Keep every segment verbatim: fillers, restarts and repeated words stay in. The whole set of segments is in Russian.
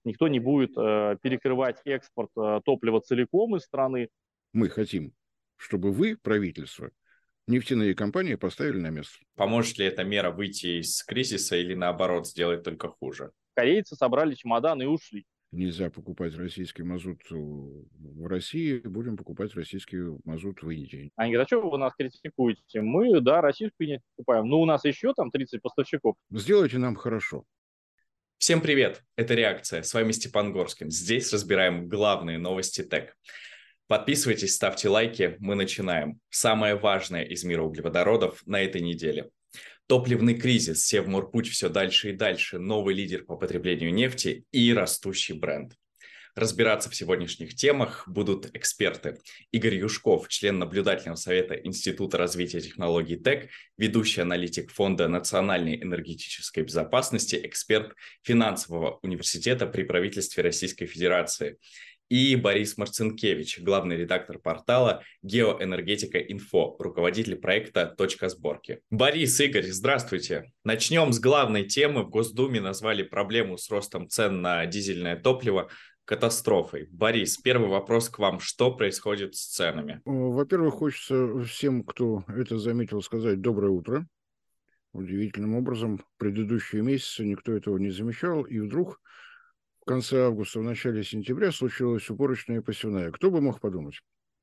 никто не будет э, перекрывать экспорт э, топлива целиком из страны. Мы хотим, чтобы вы, правительство, нефтяные компании поставили на место. Поможет ли эта мера выйти из кризиса или, наоборот, сделать только хуже? Корейцы собрали чемодан и ушли. Нельзя покупать российский мазут в России, будем покупать российский мазут в Индии. Они говорят: а что вы нас критикуете? Мы, да, российскую нефть покупаем. Но у нас еще там тридцать поставщиков. Сделайте нам хорошо. Всем привет, это «Реакция», с вами Степан Горскин. Здесь разбираем главные новости ТЭК. Подписывайтесь, ставьте лайки, мы начинаем. Самое важное из мира углеводородов на этой неделе. Топливный кризис, Севморпуть все дальше и дальше, новый лидер по потреблению нефти и растущий бренд. Разбираться в сегодняшних темах будут эксперты. Игорь Юшков, член наблюдательного совета Института развития технологий ТЭК, ведущий аналитик Фонда национальной энергетической безопасности, эксперт финансового университета при правительстве Российской Федерации. И Борис Марцинкевич, главный редактор портала «Геоэнергетика Инфо», руководитель проекта «Точка сборки». Борис, Игорь, здравствуйте. Начнем с главной темы. В Госдуме назвали проблему с ростом цен на дизельное топливо катастрофой. Борис, первый вопрос к вам. Что происходит с ценами? Во-первых, хочется всем, кто это заметил, сказать доброе утро. Удивительным образом, в предыдущие месяцы никто этого не замечал, и вдруг в конце августа, в начале сентября случилась уборочная и посевная. Кто бы мог подумать?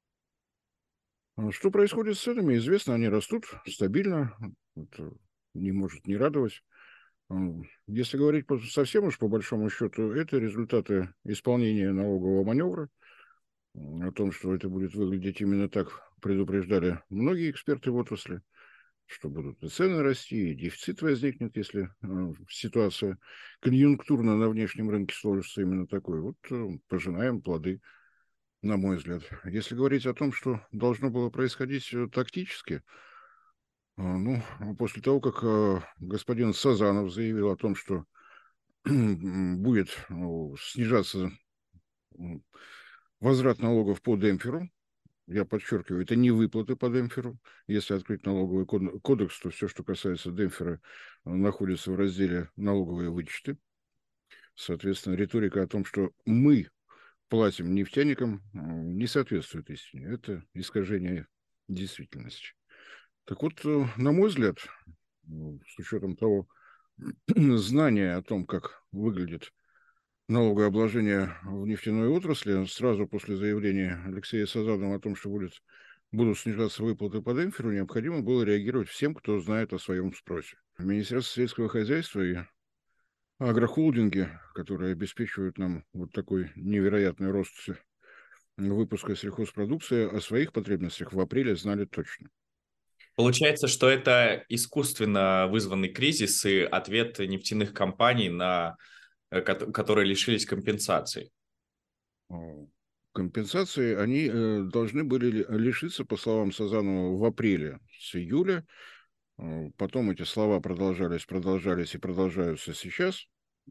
Что происходит с ценами, известно, они растут стабильно, это не может не радовать. Если говорить совсем уж по большому счету, это результаты исполнения налогового маневра. О том, что это будет выглядеть именно так, предупреждали многие эксперты в отрасли, что будут и цены расти, и дефицит возникнет, если э, ситуация конъюнктурно на внешнем рынке сложится именно такой. Вот э, пожинаем плоды, на мой взгляд. Если говорить о том, что должно было происходить э, тактически, э, ну, после того, как э, господин Сазанов заявил о том, что будет э, снижаться э, возврат налогов по демпферу, я подчеркиваю, это не выплаты по демпферу. Если открыть налоговый кодекс, то все, что касается демпфера, находится в разделе «Налоговые вычеты». Соответственно, риторика о том, что мы платим нефтяникам, не соответствует истине. Это искажение действительности. Так вот, на мой взгляд, с учетом того знания о том, как выглядит налогообложение в нефтяной отрасли, сразу после заявления Алексея Сазанова о том, что будет, будут снижаться выплаты по демпферу, необходимо было реагировать всем, кто знает о своем спросе. Министерство сельского хозяйства и агрохолдинги, которые обеспечивают нам вот такой невероятный рост выпуска сельхозпродукции, о своих потребностях в апреле знали точно. Получается, что это искусственно вызванный кризис и ответ нефтяных компаний, на, которые лишились компенсаций. Компенсации они э, должны были лишиться, по словам Сазанова, в апреле с июля. Потом эти слова продолжались, продолжались и продолжаются сейчас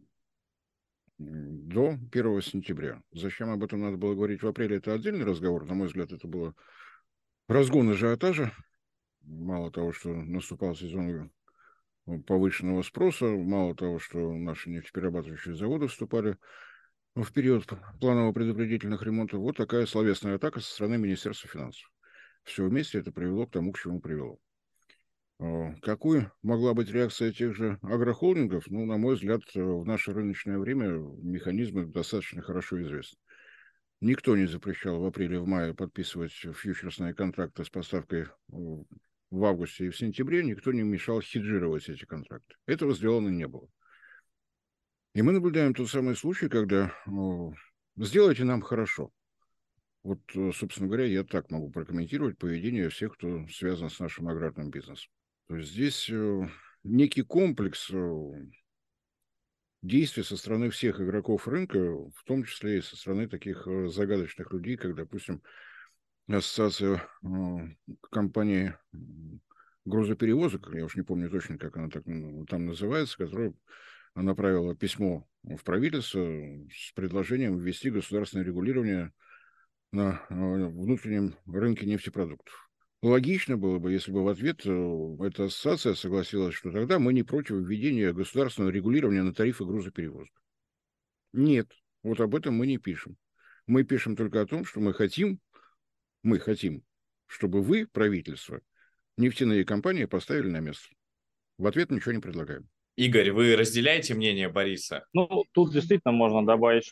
до первого сентября. Зачем об этом надо было говорить в апреле, это отдельный разговор. На мой взгляд, это было разгон ажиотажа. Мало того, что наступал сезон повышенного спроса, мало того, что наши нефтеперерабатывающие заводы вступали в период планово-предупредительных ремонтов, вот такая словесная атака со стороны Министерства финансов. Все вместе это привело к тому, к чему привело. Какой могла быть реакция тех же агрохолдингов? Ну, на мой взгляд, в наше рыночное время механизмы достаточно хорошо известны. Никто не запрещал в апреле, в мае подписывать фьючерсные контракты с поставкой в августе и в сентябре. Никто не мешал хеджировать эти контракты. Этого сделано не было. И мы наблюдаем тот самый случай, когда ну, сделайте нам хорошо. Вот, собственно говоря, я так могу прокомментировать поведение всех, кто связан с нашим аграрным бизнесом. То есть здесь э, некий комплекс э, действий со стороны всех игроков рынка, в том числе и со стороны таких э, загадочных людей, как, допустим, ассоциация э, компании грузоперевозок, я уж не помню точно, как она так, там называется, которая направила письмо в правительство с предложением ввести государственное регулирование на внутреннем рынке нефтепродуктов. Логично было бы, если бы в ответ эта ассоциация согласилась, что тогда мы не против введения государственного регулирования на тарифы грузоперевозок. Нет, вот об этом мы не пишем. Мы пишем только о том, что мы хотим, мы хотим, чтобы вы, правительство, нефтяные компании поставили на место. В ответ ничего не предлагаем. Игорь, вы разделяете мнение Бориса? Ну, тут действительно можно добавить,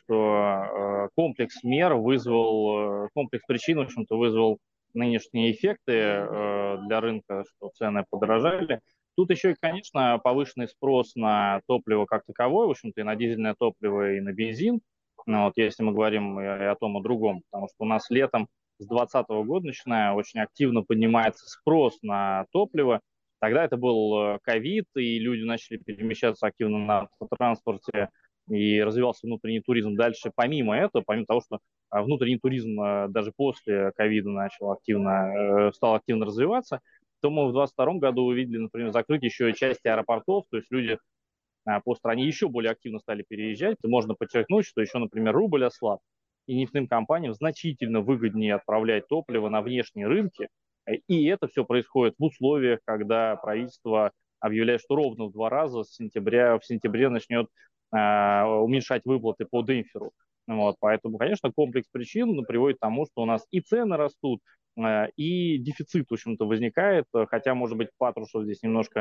что э, комплекс мер вызвал, э, комплекс причин, в общем-то, вызвал нынешние эффекты э, для рынка, что цены подорожали. Тут еще и, конечно, повышенный спрос на топливо как таковое, в общем-то, и на дизельное топливо, и на бензин. Ну, вот, если мы говорим и о том, и о другом, потому что у нас летом с двадцатого года, начиная, очень активно поднимается спрос на топливо. Тогда это был ковид, и люди начали перемещаться активно на автотранспорте, и развивался внутренний туризм. Дальше, помимо этого, помимо того, что а, внутренний туризм а, даже после ковида начал активно, э, стал активно развиваться, то мы в двадцать втором году увидели, например, закрытие еще и части аэропортов, то есть люди а, по стране еще более активно стали переезжать. И можно подчеркнуть, что еще, например, рубль ослаб, и нефтяным компаниям значительно выгоднее отправлять топливо на внешние рынки. И это все происходит в условиях, когда правительство объявляет, что ровно в два раза с сентября, в сентябре начнет э, уменьшать выплаты по демпферу. Вот, поэтому, конечно, комплекс причин приводит к тому, что у нас и цены растут, э, и дефицит, в общем-то, возникает, хотя, может быть, Патрушев здесь немножко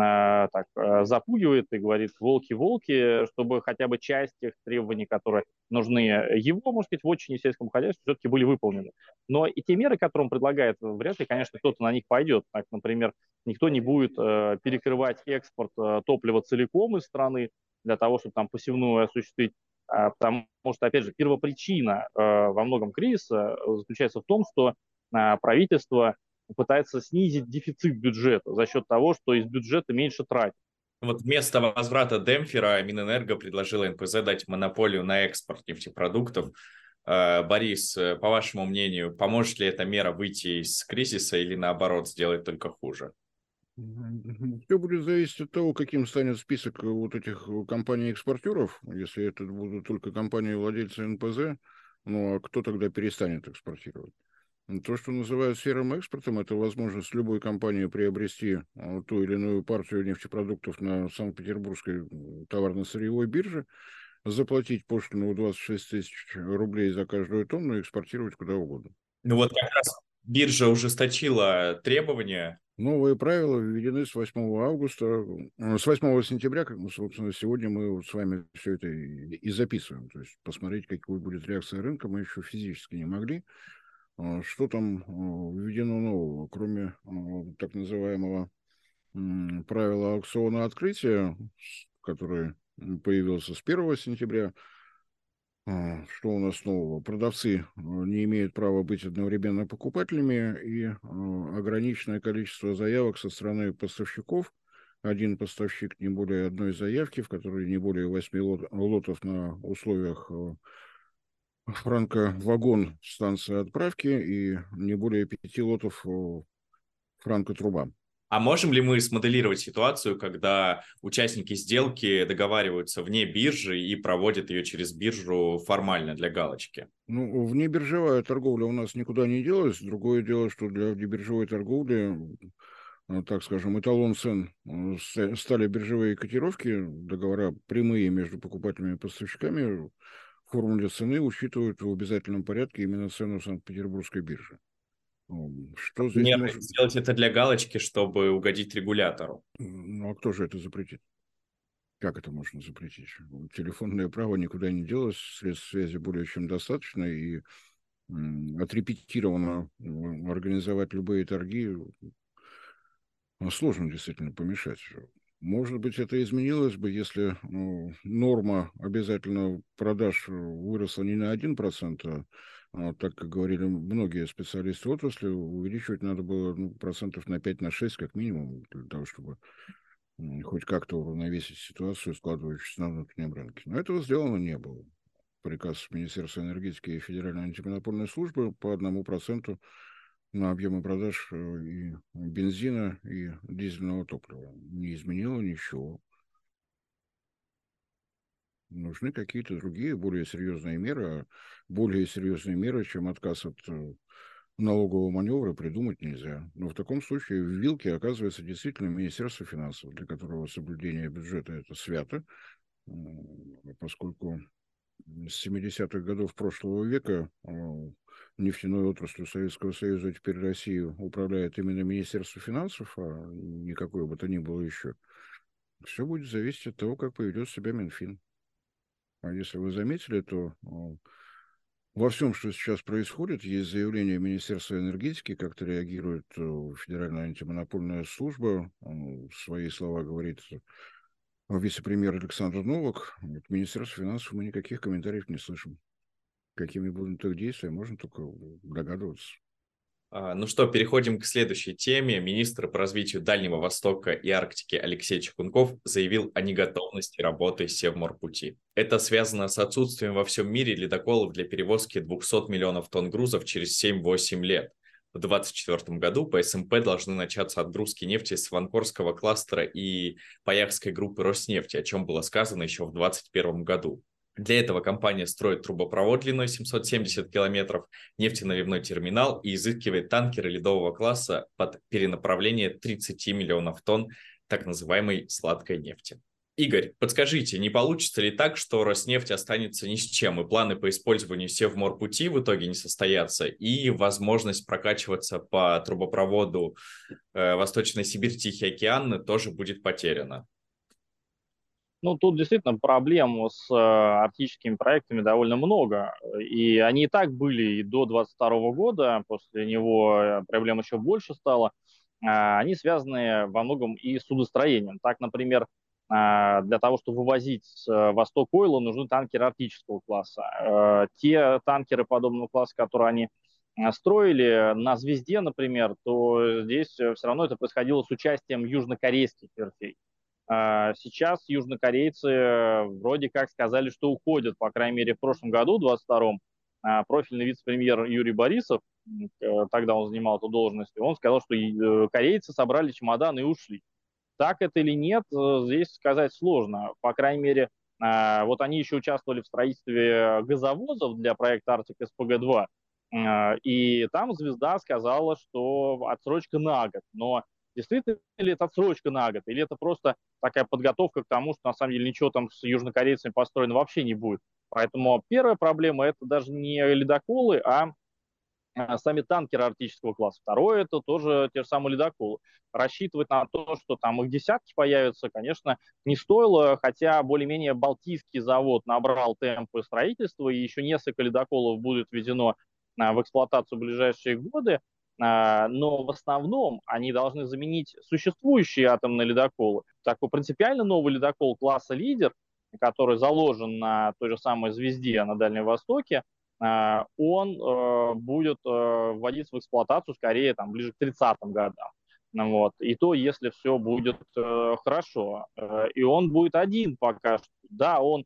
так запугивает и говорит волки-волки, чтобы хотя бы часть тех требований, которые нужны его, может быть, в очень сельском хозяйстве, все-таки были выполнены. Но и те меры, которые он предлагает, вряд ли, конечно, кто-то на них пойдет. Так, например, никто не будет э, перекрывать экспорт э, топлива целиком из страны для того, чтобы там посевную осуществить, э, потому что, опять же, первопричина э, во многом кризиса заключается в том, что э, правительство пытается снизить дефицит бюджета за счет того, что из бюджета меньше тратит. Вот вместо возврата демпфера Минэнерго предложила эн пэ зэ дать монополию на экспорт нефтепродуктов. Борис, по вашему мнению, поможет ли эта мера выйти из кризиса или наоборот сделать только хуже? Все будет зависеть от того, каким станет список вот этих компаний-экспортеров. Если это будут только компании-владельцы эн пэ зэ, ну а кто тогда перестанет экспортировать? То, что называют сферным экспортом, это возможность любой компании приобрести ту или иную партию нефтепродуктов на Санкт-Петербургской товарно-сырьевой бирже, заплатить пошлину в двадцать шесть тысяч рублей за каждую тонну и экспортировать куда угодно. Ну вот как раз биржа ужесточила требования. Новые правила введены с восьмого августа, с восьмого сентября, как, собственно, сегодня мы вот с вами все это и записываем. То есть посмотреть, какой будет реакция рынка, мы еще физически не могли. Что там введено нового, кроме так называемого правила аукциона открытия, который появился с первого сентября. Что у нас нового? Продавцы не имеют права быть одновременно покупателями, и ограниченное количество заявок со стороны поставщиков. Один поставщик, не более одной заявки, в которой не более восьми лотов на условиях франко-вагон станции отправки и не более пяти лотов франко-труба. А можем ли мы смоделировать ситуацию, когда участники сделки договариваются вне биржи и проводят ее через биржу формально для галочки? Ну, внебиржевая торговля у нас никуда не делась. Другое дело, что для внебиржевой торговли, так скажем, эталон цен стали биржевые котировки, договора прямые между покупателями и поставщиками. В формуле цены учитывают в обязательном порядке именно цену Санкт-Петербургской биржи. Что здесь Нет, может... сделать это для галочки, чтобы угодить регулятору. Ну, а кто же это запретит? Как это можно запретить? Телефонное право никуда не делось, средств связи более чем достаточно, и отрепетировано организовать любые торги сложно действительно помешать. Может быть, это изменилось бы, если ну, норма обязательно продаж выросла не на один процент, а, а так, как говорили многие специалисты отрасли, увеличивать надо было ну, процентов на пять на шесть как минимум, для того, чтобы хоть как-то уравновесить ситуацию, складывающуюся на внутреннем рынке. Но этого сделано не было. Приказ Министерства энергетики и Федеральной антимонопольной службы по одному проценту на объемы продаж и бензина, и дизельного топлива. Не изменило ничего. Нужны какие-то другие, более серьезные меры. А более серьезные меры, чем отказ от налогового маневра, придумать нельзя. Но в таком случае в вилке оказывается действительно Министерство финансов, для которого соблюдение бюджета – это свято, поскольку с семидесятых годов прошлого века нефтяной отраслью Советского Союза, теперь Россию, управляет именно Министерство финансов, а никакое бы то ни было еще. Все будет зависеть от того, как поведет себя Минфин. А если вы заметили, то во всем, что сейчас происходит, есть заявление Министерства энергетики, как-то реагирует Федеральная антимонопольная служба. Свои слова говорит вице-премьер Александр Новак. От Министерства финансов мы никаких комментариев не слышим. Какими будут их действия, можно только догадываться. Ну что, переходим к следующей теме. Министр по развитию Дальнего Востока и Арктики Алексей Чекунков заявил о неготовности работы Севморпути. Это связано с отсутствием во всем мире ледоколов для перевозки двухсот миллионов тонн грузов через семь-восемь лет. В две тысячи двадцать четвёртом году по СМП должны начаться отгрузки нефти с Ванкорского кластера и Паяхской группы Роснефти, о чем было сказано еще в две тысячи двадцать первом году. Для этого компания строит трубопровод длиной семьсот семьдесят километров, нефтеналивной терминал и изыскивает танкеры ледового класса под перенаправление тридцати миллионов тонн так называемой сладкой нефти. Игорь, подскажите, не получится ли так, что Роснефть останется ни с чем, и планы по использованию Севморпути в итоге не состоятся, и возможность прокачиваться по трубопроводу э, Восточная Сибирь, Тихий океан тоже будет потеряна? Ну, тут действительно проблем с э, арктическими проектами довольно много. И они и так были и до двадцать второго года, после него проблем еще больше стало. А, они связаны во многом и с судостроением. Так, например, а, для того, чтобы вывозить с э, Восток Ойла, нужны танкеры арктического класса. Э, Те танкеры подобного класса, которые они э, строили на «Звезде», например, то здесь все равно это происходило с участием южнокорейских верфей. А сейчас южнокорейцы вроде как сказали, что уходят, по крайней мере, в прошлом году, в двадцать втором, а, профильный вице-премьер Юрий Борисов, э, тогда он занимал эту должность, он сказал, что э, корейцы собрали чемоданы и ушли. Так это или нет, э, здесь сказать сложно. По крайней мере, а, вот они еще участвовали в строительстве газовозов для проекта Арктик эс пэ гэ два, а, и там «Звезда» сказала, что отсрочка на год. Но действительно ли это отсрочка на год, или это просто такая подготовка к тому, что на самом деле ничего там с южнокорейцами построено вообще не будет. Поэтому первая проблема — это даже не ледоколы, а а, сами танкеры арктического класса. Второе — это тоже те же самые ледоколы. Рассчитывать на то, что там их десятки появятся, конечно, не стоило, хотя более-менее Балтийский завод набрал темпы строительства, и еще несколько ледоколов будет введено а, в эксплуатацию в ближайшие годы. А, но в основном они должны заменить существующие атомные ледоколы. Такой принципиально новый ледокол класса «Лидер», который заложен на той же самой «Звезде» на Дальнем Востоке, он э, будет э, вводиться в эксплуатацию скорее там, ближе к тридцатым годам. Ну, вот. И то, если все будет э, хорошо. Э, и он будет один пока что. Да, он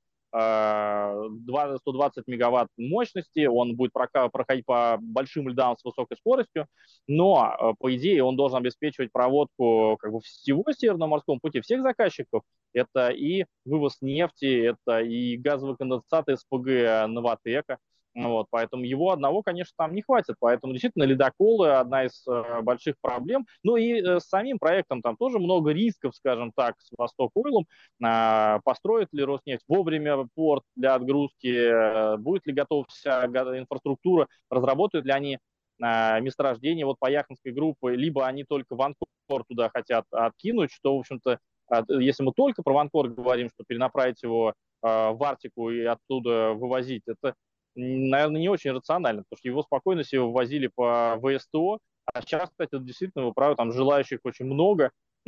э, сто двадцать мегаватт мощности, он будет проходить по большим льдам с высокой скоростью, но, э, по идее, он должен обеспечивать проводку как бы всего Северного морского пути, всех заказчиков. Это и вывоз нефти, это и газовый конденсат эс пэ гэ «Новатэка». Вот, поэтому его одного, конечно, там не хватит. Поэтому действительно ледоколы — одна из э, больших проблем. Ну и э, с самим проектом там тоже много рисков, скажем так, с Восток Ойлом. Э, построит ли Роснефть вовремя порт для отгрузки, э, будет ли готова вся инфраструктура, разработают ли они э, месторождение вот Паяхинской группы, либо они только Ванкор туда хотят откинуть, что, в общем-то, э, если мы только про Ванкор говорим, что перенаправить его э, в Арктику и оттуда вывозить, это, наверное, не очень рационально, потому что его спокойно себе вывозили по вэ эс тэ о, а сейчас, кстати, действительно, вы правы, там желающих очень много,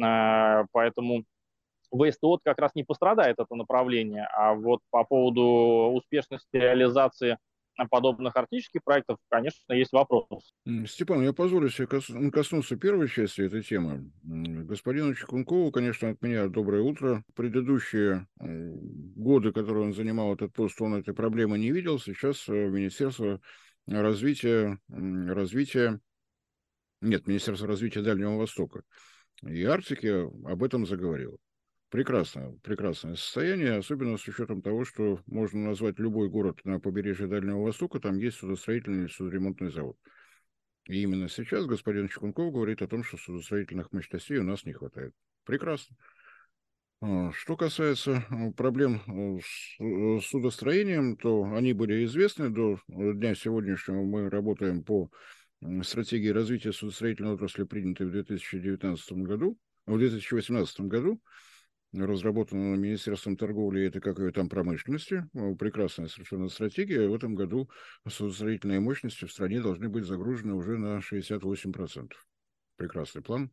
поэтому вэ эс тэ о как раз не пострадает это направление, а вот по поводу успешности реализации подобных арктических проектов, конечно, есть вопрос. Степан, я позволю себе коснуться первой части этой темы. Господину Чекункову, конечно, от меня доброе утро. Предыдущие годы, которые он занимал этот пост, он этой проблемы не видел. Сейчас Министерство развития, развития, нет, Министерство развития Дальнего Востока и Арктики об этом заговорило. Прекрасное, прекрасное состояние, особенно с учетом того, что можно назвать любой город на побережье Дальнего Востока, там есть судостроительный или судоремонтный завод. И именно сейчас господин Чекунков говорит о том, что судостроительных мощностей у нас не хватает. Прекрасно. А, Что касается э, проблем э, с э, судостроением, то они были известны до э, дня сегодняшнего. Мы работаем по м, стратегии развития судостроительной отрасли, принятой в две тысячи девятнадцатом году, в две тысячи восемнадцатом году, разработанная Министерством торговли и это как и там промышленности. Э, Прекрасная совершенно стратегия. В этом году судостроительные мощности в стране должны быть загружены уже на шестьдесят восемь процентов. Прекрасный план.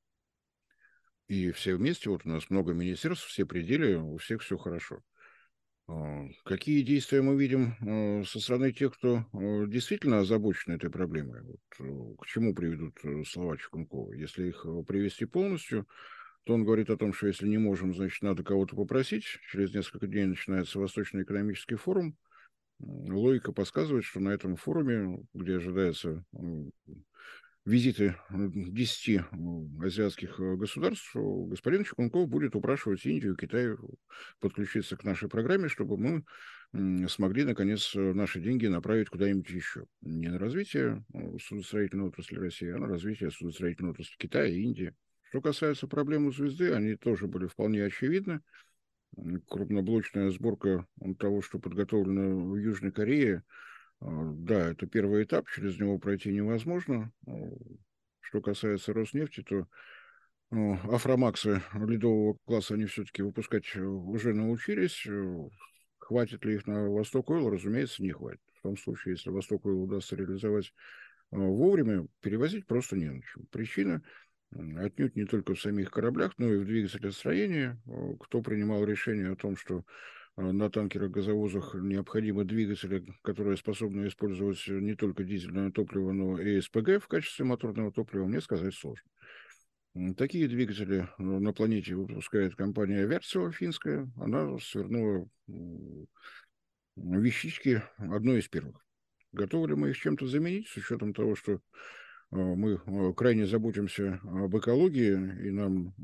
И все вместе, вот у нас много министерств, все пределы, у всех все хорошо. А, Какие действия мы видим э, со стороны тех, кто э, действительно озабочен этой проблемой? Вот, э, к чему приведут э, слова Чекункова? Если их э, привести полностью, то он говорит о том, что если не можем, значит, надо кого-то попросить. Через несколько дней начинается Восточный экономический форум. М, Логика подсказывает, что на этом форуме, где ожидается м, визиты десяти азиатских э, государств, господин Чекунков будет упрашивать Индию, Китай подключиться к нашей программе, чтобы мы м, смогли, наконец, э, наши деньги направить куда-нибудь еще. Не на развитие э, судостроительной отрасли России, а на развитие судостроительной отрасли Китая и Индии. Что касается проблем у звезды, они тоже были вполне очевидны. М, Крупноблочная сборка того, что подготовлено в Южной Корее, а, да, это первый этап, через него пройти невозможно. А, Что касается Роснефти, то ну, Афромаксы ледового класса они все-таки выпускать э, уже научились. Э, Хватит ли их на Восток Ойл? Разумеется, не хватит. В том случае, если Восток Ойл удастся реализовать э, вовремя, перевозить просто не на чем. Причина м, отнюдь не только в самих кораблях, но и в двигателестроении. Э, Кто принимал решение о том, что э, на танкерах-газовозах необходимы двигатели, которые способны использовать не только дизельное топливо, но и СПГ в качестве моторного топлива, мне сказать сложно. М, Такие двигатели э, на планете выпускает компания Wärtsilä финская. Она свернула м, вещички одной из первых. Готовы ли мы их чем-то заменить, с учетом того, что э, мы э, крайне заботимся об экологии, и нам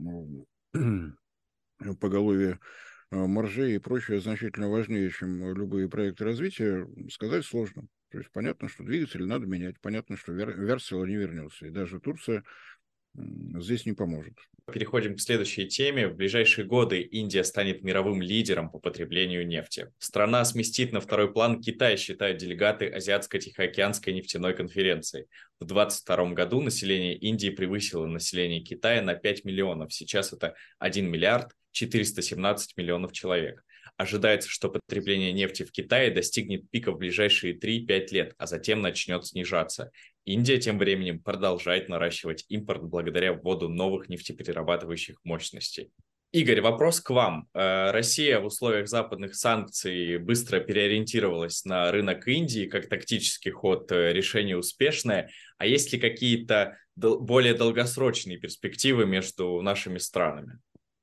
э, поголовье э, моржей и прочее значительно важнее, чем любые проекты развития, сказать сложно. То есть понятно, что двигатели надо менять, понятно, что Wärtsilä не вернется, и даже Турция м, здесь не поможет. Переходим к следующей теме. В ближайшие годы Индия станет мировым лидером по потреблению нефти. Страна сместит на второй план Китай, считают делегаты Азиатско-Тихоокеанской нефтяной конференции. В две тысячи двадцать втором году население Индии превысило население Китая на пять миллионов. Сейчас это один миллиард четыреста семнадцать миллионов человек. Ожидается, что потребление нефти в Китае достигнет пика в ближайшие три-пять лет, а затем начнет снижаться. Индия тем временем продолжает наращивать импорт благодаря вводу новых нефтеперерабатывающих мощностей. Игорь, вопрос к вам. Э, Россия в условиях западных санкций быстро переориентировалась на рынок Индии как тактический ход, э, решение успешное. А есть ли какие-то дол- более долгосрочные перспективы между нашими странами?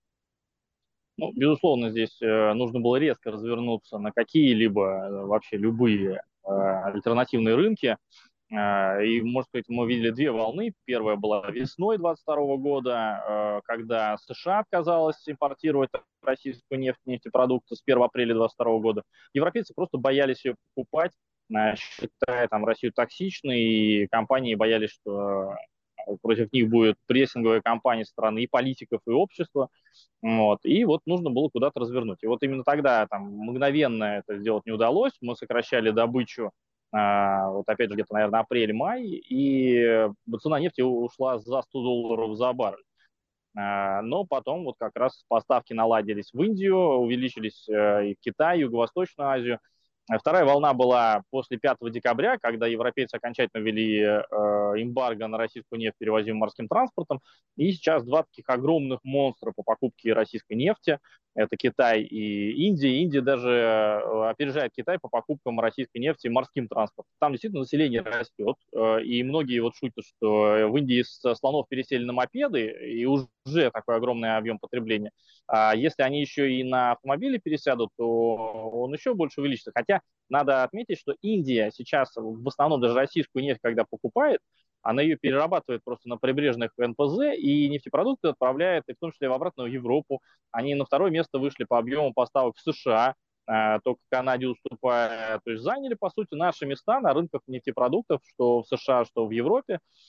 Ну, безусловно, здесь э, нужно было резко развернуться на какие-либо э, вообще любые э, альтернативные рынки. Э, И, может быть, мы видели две волны. Первая была весной двадцать второго года, э, когда США отказалась импортировать российскую нефть, нефтепродукты с первого апреля двадцать второго года. Европейцы просто боялись ее покупать, э, считая там Россию токсичной, и компании боялись, что э, против них будет прессинговая кампания со стороны и политиков, и общества. Вот. И вот нужно было куда-то развернуть. И вот именно тогда там мгновенно это сделать не удалось. Мы сокращали добычу, а, вот опять же где-то, наверное, апрель-май, и цена нефти ушла за сто долларов за баррель. А, Но потом вот как раз поставки наладились в Индию, увеличились э, и в Китай, Юго-Восточную Азию. А Вторая волна была после пятого декабря, когда европейцы окончательно ввели э, эмбарго на российскую нефть, перевозимую морским транспортом. И сейчас два таких огромных монстра по покупке российской нефти. Это Китай и Индия. Индия даже э, опережает Китай по покупкам российской нефти морским транспортом. Там действительно население растет. Э, и многие вот шутят, что в Индии со слонов пересели на мопеды, и уже такой огромный объем потребления. А если они еще и на автомобили пересядут, то он еще больше увеличится. Хотя надо отметить, что Индия сейчас в основном даже российскую нефть, когда покупает, она ее перерабатывает просто на прибрежных эн пэ зэ и нефтепродукты отправляет, и в том числе в обратно в Европу. Они на второе место вышли по объему поставок в США, э, только Канаде уступая. То есть заняли, по сути, наши места на рынках нефтепродуктов, что в США, что в Европе.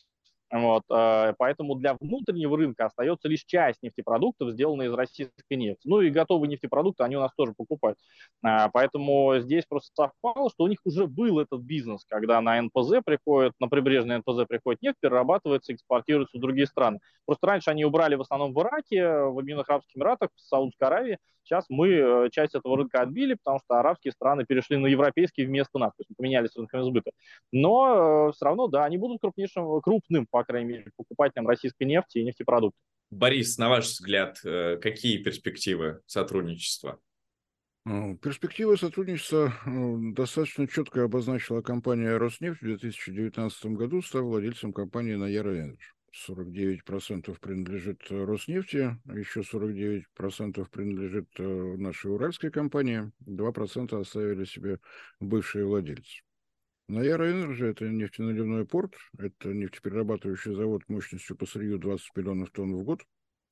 Вот, э, поэтому для внутреннего рынка остается лишь часть нефтепродуктов, сделанная из российской нефти. Ну и готовые нефтепродукты они у нас тоже покупают. А, поэтому здесь просто совпало, что у них уже был этот бизнес, когда на эн пэ зэ приходит, на прибрежный эн пэ зэ приходит нефть, перерабатывается, экспортируется в другие страны. Просто раньше они убрали в основном в Ираке, в Объединенных Арабских Эмиратах, в Саудовской Аравии. Сейчас мы э, часть этого рынка отбили, потому что арабские страны перешли на европейский вместо нас, то есть мы поменялись рынками сбыта. Но э, все равно, да, они будут крупнейшим, крупным, по крайней мере, покупателем российской нефти и нефтепродуктов. Борис, на ваш взгляд, э, какие перспективы сотрудничества? Перспективы сотрудничества достаточно четко обозначила компания «Роснефть» в две тысячи девятнадцатом году, став владельцем компании «Наяра Энерджи». сорок девять процентов принадлежит Роснефти, еще сорок девять процентов принадлежит нашей уральской компании, два процента оставили себе бывшие владельцы. Наяра Энерджи – это нефтеналивной порт, это нефтеперерабатывающий завод мощностью по сырью двадцать миллионов тонн в год.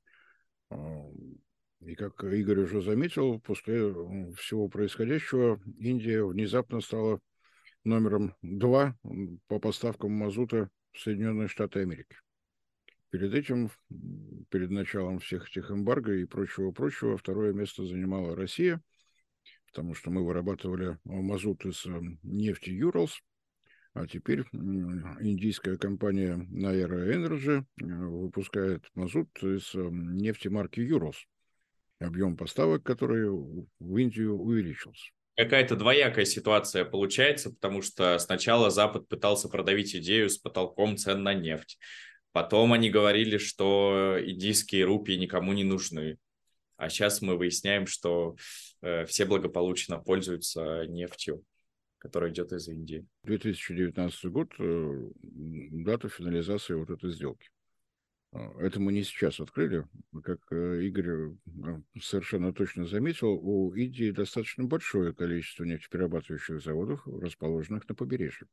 И как Игорь уже заметил, после всего происходящего Индия внезапно стала номером два по поставкам мазута в Соединенные Штаты Америки. Перед этим, перед началом всех этих эмбарго и прочего-прочего, второе место занимала Россия, потому что мы вырабатывали мазут из нефти Юралс, а теперь индийская компания Nayara Energy выпускает мазут из нефти марки Юралс, объем поставок, который в Индию увеличился. Какая-то двоякая ситуация получается, потому что сначала Запад пытался продавить идею с потолком цен на нефть. Потом они говорили, что индийские рупии никому не нужны. А сейчас мы выясняем, что э, все благополучно пользуются нефтью, которая идет из Индии. две тысячи девятнадцатый год, э, дата финализации вот этой сделки. Это мы не сейчас открыли. Как Игорь совершенно точно заметил, у Индии достаточно большое количество нефтеперерабатывающих заводов, расположенных на побережье.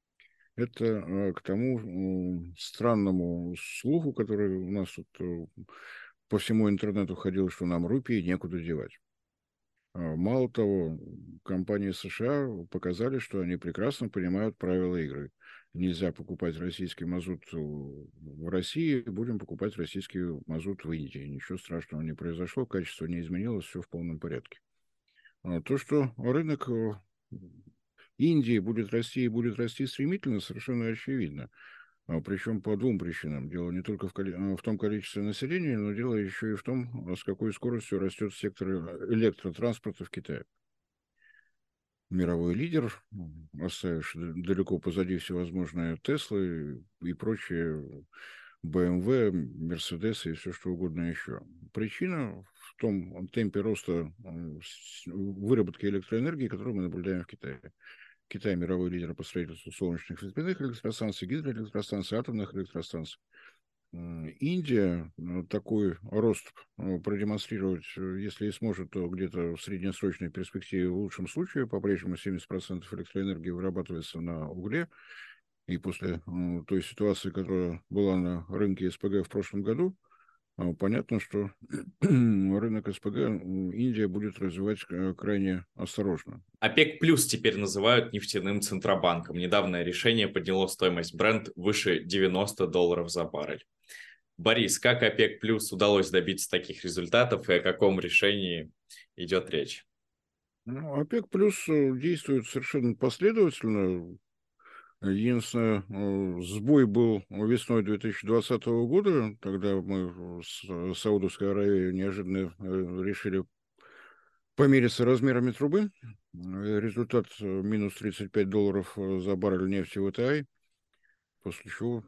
Это к тому странному слуху, который у нас тут по всему интернету ходил, что нам рупии некуда девать. Мало того, компании США показали, что они прекрасно понимают правила игры. Нельзя покупать российский мазут в России, будем покупать российский мазут в Индии. Ничего страшного не произошло, качество не изменилось, все в полном порядке. То, что рынок Индии будет расти и будет расти стремительно, совершенно очевидно. Причем по двум причинам. Дело не только в, в том количестве населения, но дело еще и в том, с какой скоростью растет сектор электротранспорта в Китае. Мировой лидер, оставивший далеко позади всевозможные Теслы и прочие бэ эм вэ, Мерседесы и все что угодно еще. Причина в том темпе роста выработки электроэнергии, которую мы наблюдаем в Китае. Китай мировой лидер по строительству солнечных ветряных электростанций, гидроэлектростанций, атомных электростанций. Индия такой рост продемонстрировать, если и сможет, то где-то в среднесрочной перспективе в лучшем случае. По-прежнему семьдесят процентов электроэнергии вырабатывается на угле. И после той ситуации, которая была на рынке эс пэ гэ в прошлом году, понятно, что рынок эс пэ гэ Индия будет развивать крайне осторожно. ОПЕК плюс теперь называют нефтяным центробанком. Недавнее решение подняло стоимость Brent выше девяносто долларов за баррель. Борис, как ОПЕК плюс удалось добиться таких результатов и о каком решении идет речь? Ну, ОПЕК плюс действует совершенно последовательно. Единственное, сбой был весной две тысячи двадцатого года, тогда мы с Саудовской Аравией неожиданно решили помериться размерами трубы. Результат минус тридцать пять долларов за баррель нефти вэ тэ ай, после чего,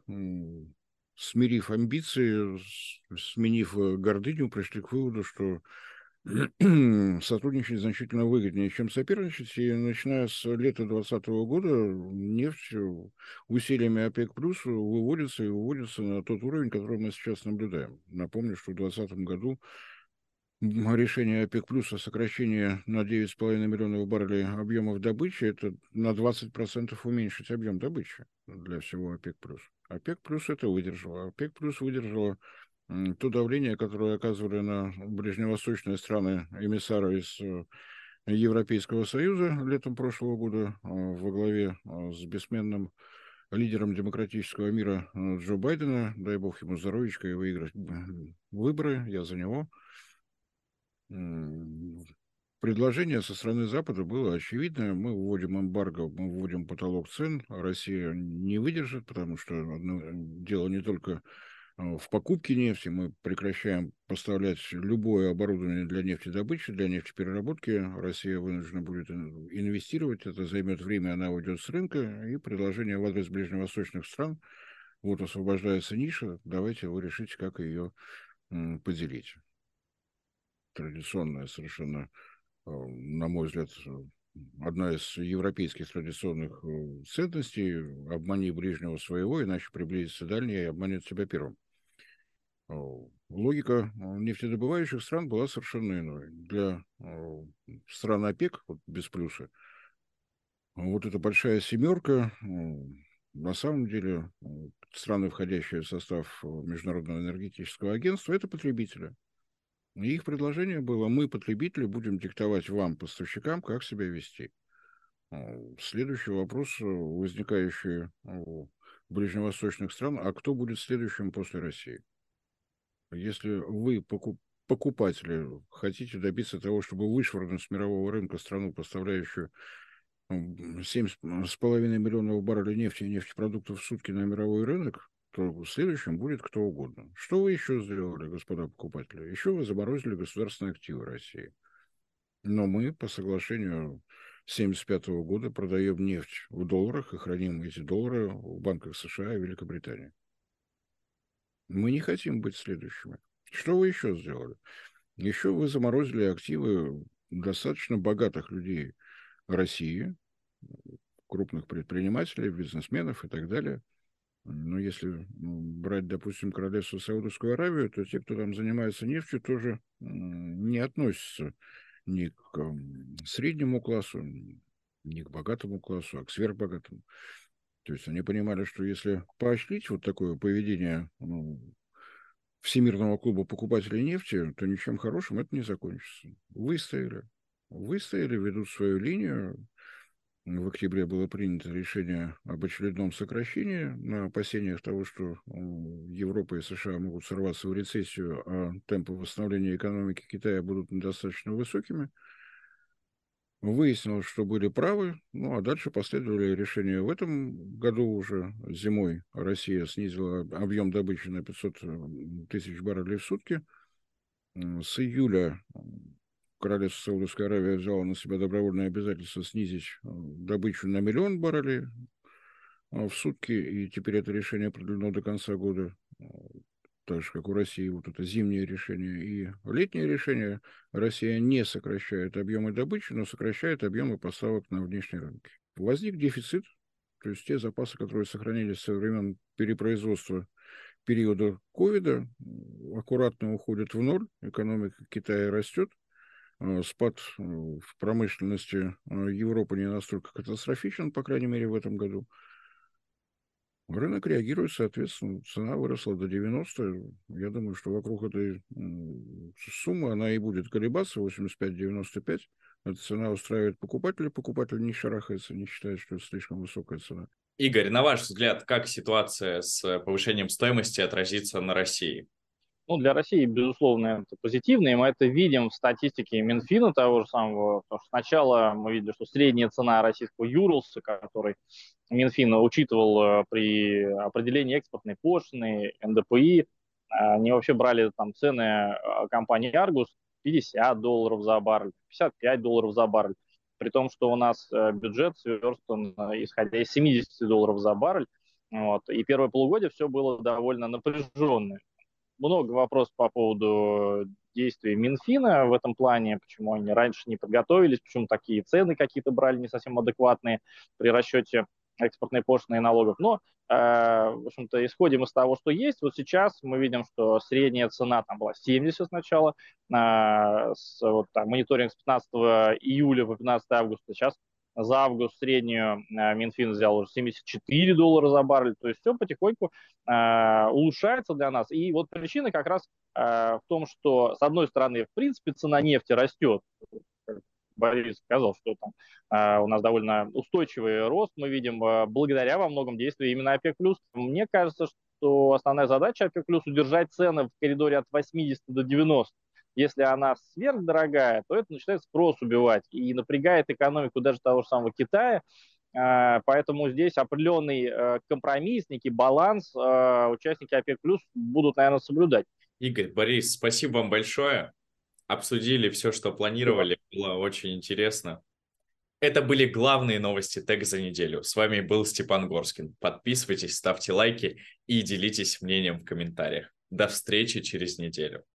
смирив амбиции, сменив гордыню, пришли к выводу, что сотрудничать значительно выгоднее, чем соперничать. И начиная с лета двадцатого года нефть усилиями ОПЕК плюс выводится и выводится на тот уровень, который мы сейчас наблюдаем. Напомню, что в двадцатом году решение ОПЕК плюс о сокращении на девять с половиной миллионов баррелей объемов добычи — это на двадцать процентов уменьшить объем добычи для всего ОПЕК плюс. ОПЕК плюс это выдержало. ОПЕК плюс выдержало то давление, которое оказывали на ближневосточные страны эмиссары из Европейского Союза летом прошлого года во главе с бессменным лидером демократического мира Джо Байдена. Дай бог ему здоровечка и выиграть выборы. Я за него. Предложение со стороны Запада было очевидное. Мы вводим эмбарго, мы вводим потолок цен. Россия не выдержит, потому что одно дело не только в покупке нефти. Мы прекращаем поставлять любое оборудование для нефтедобычи, для нефтепереработки. Россия вынуждена будет инвестировать. Это займет время, она уйдет с рынка. И предложение в адрес ближневосточных стран. Вот освобождается ниша. Давайте вы решите, как ее поделить. Традиционная совершенно, на мой взгляд, одна из европейских традиционных ценностей: обмани ближнего своего, иначе приблизится дальний и обманет тебя первым. Логика нефтедобывающих стран была совершенно иной. Для стран ОПЕК, вот без плюса, вот эта большая семерка, на самом деле, страны, входящие в состав Международного энергетического агентства, это потребители. И их предложение было: мы, потребители, будем диктовать вам, поставщикам, как себя вести. Следующий вопрос, возникающий у ближневосточных стран: а кто будет следующим после России? Если вы, покупатели, хотите добиться того, чтобы вышвырнуть с мирового рынка страну, поставляющую семь с половиной миллионов баррелей нефти и нефтепродуктов в сутки на мировой рынок, то следующим будет кто угодно. Что вы еще сделали, господа покупатели? Еще вы заморозили государственные активы России. Но мы по соглашению семьдесят пятого года продаем нефть в долларах и храним эти доллары в банках США и Великобритании. Мы не хотим быть следующими. Что вы еще сделали? Еще вы заморозили активы достаточно богатых людей России, крупных предпринимателей, бизнесменов и так далее. Но если брать, допустим, королевство Саудовскую Аравию, то те, кто там занимается нефтью, тоже не относятся ни к среднему классу, ни к богатому классу, а к сверхбогатому. То есть они понимали, что если поощрить вот такое поведение, ну, Всемирного клуба покупателей нефти, то ничем хорошим это не закончится. Выстояли. Выстояли, ведут свою линию. В октябре было принято решение об очередном сокращении на опасениях того, что Европа и США могут сорваться в рецессию, а темпы восстановления экономики Китая будут недостаточно высокими. Выяснилось, что были правы, ну а дальше последовали решения. В этом году уже зимой Россия снизила объем добычи на пятьсот тысяч баррелей в сутки. С июля Королевство Саудовской Аравии взяло на себя добровольное обязательство снизить добычу на миллион баррелей в сутки, и теперь это решение продлено до конца года. Так же, как у России, вот это зимнее решение и летнее решение. Россия не сокращает объемы добычи, но сокращает объемы поставок на внешние рынки. Возник дефицит, то есть те запасы, которые сохранились со времен перепроизводства периода ковида, аккуратно уходят в ноль, экономика Китая растет, спад в промышленности Европы не настолько катастрофичен, по крайней мере, в этом году. Рынок реагирует, соответственно, цена выросла до девяноста. Я думаю, что вокруг этой суммы она и будет колебаться, восемьдесят пять - девяносто пять. Эта цена устраивает покупателя, покупатель не шарахается, не считает, что это слишком высокая цена. Игорь, на ваш взгляд, как ситуация с повышением стоимости отразится на России? Ну, для России, безусловно, это позитивно, и мы это видим в статистике Минфина того же самого, потому что сначала мы видели, что средняя цена российского Юрлса, который Минфин учитывал при определении экспортной пошлины, эн дэ пэ и, они вообще брали там цены компании Argus пятьдесят долларов за баррель, пятьдесят пять долларов за баррель, при том, что у нас бюджет сверстан, исходя из семьдесят долларов за баррель, вот, и первое полугодие все было довольно напряженное. Много вопросов по поводу действий Минфина в этом плане, почему они раньше не подготовились, почему такие цены какие-то брали не совсем адекватные при расчете экспортной пошлины и налогов. Но, э, в общем-то, исходим из того, что есть. Вот сейчас мы видим, что средняя цена там была семьдесят сначала, э, с, вот, там, мониторинг с пятнадцатого июля по пятнадцатое августа, сейчас за август среднюю э, Минфин взял уже семьдесят четыре доллара за баррель. То есть все потихоньку э, улучшается для нас. И вот причина как раз э, в том, что, с одной стороны, в принципе, цена нефти растет. Борис сказал, что там э, у нас довольно устойчивый рост, мы видим, э, благодаря во многом действию именно ОПЕК+. Мне кажется, что основная задача ОПЕК+, удержать цены в коридоре от восьмидесяти до девяноста. Если она сверхдорогая, то это начинает спрос убивать и напрягает экономику даже того же самого Китая. Поэтому здесь определенный компромисс, некий баланс участники ОПЕК+ будут, наверное, соблюдать. Игорь, Борис, спасибо вам большое. Обсудили все, что планировали. Было очень интересно. Это были главные новости ТЭК за неделю. С вами был Степан Горскин. Подписывайтесь, ставьте лайки и делитесь мнением в комментариях. До встречи через неделю.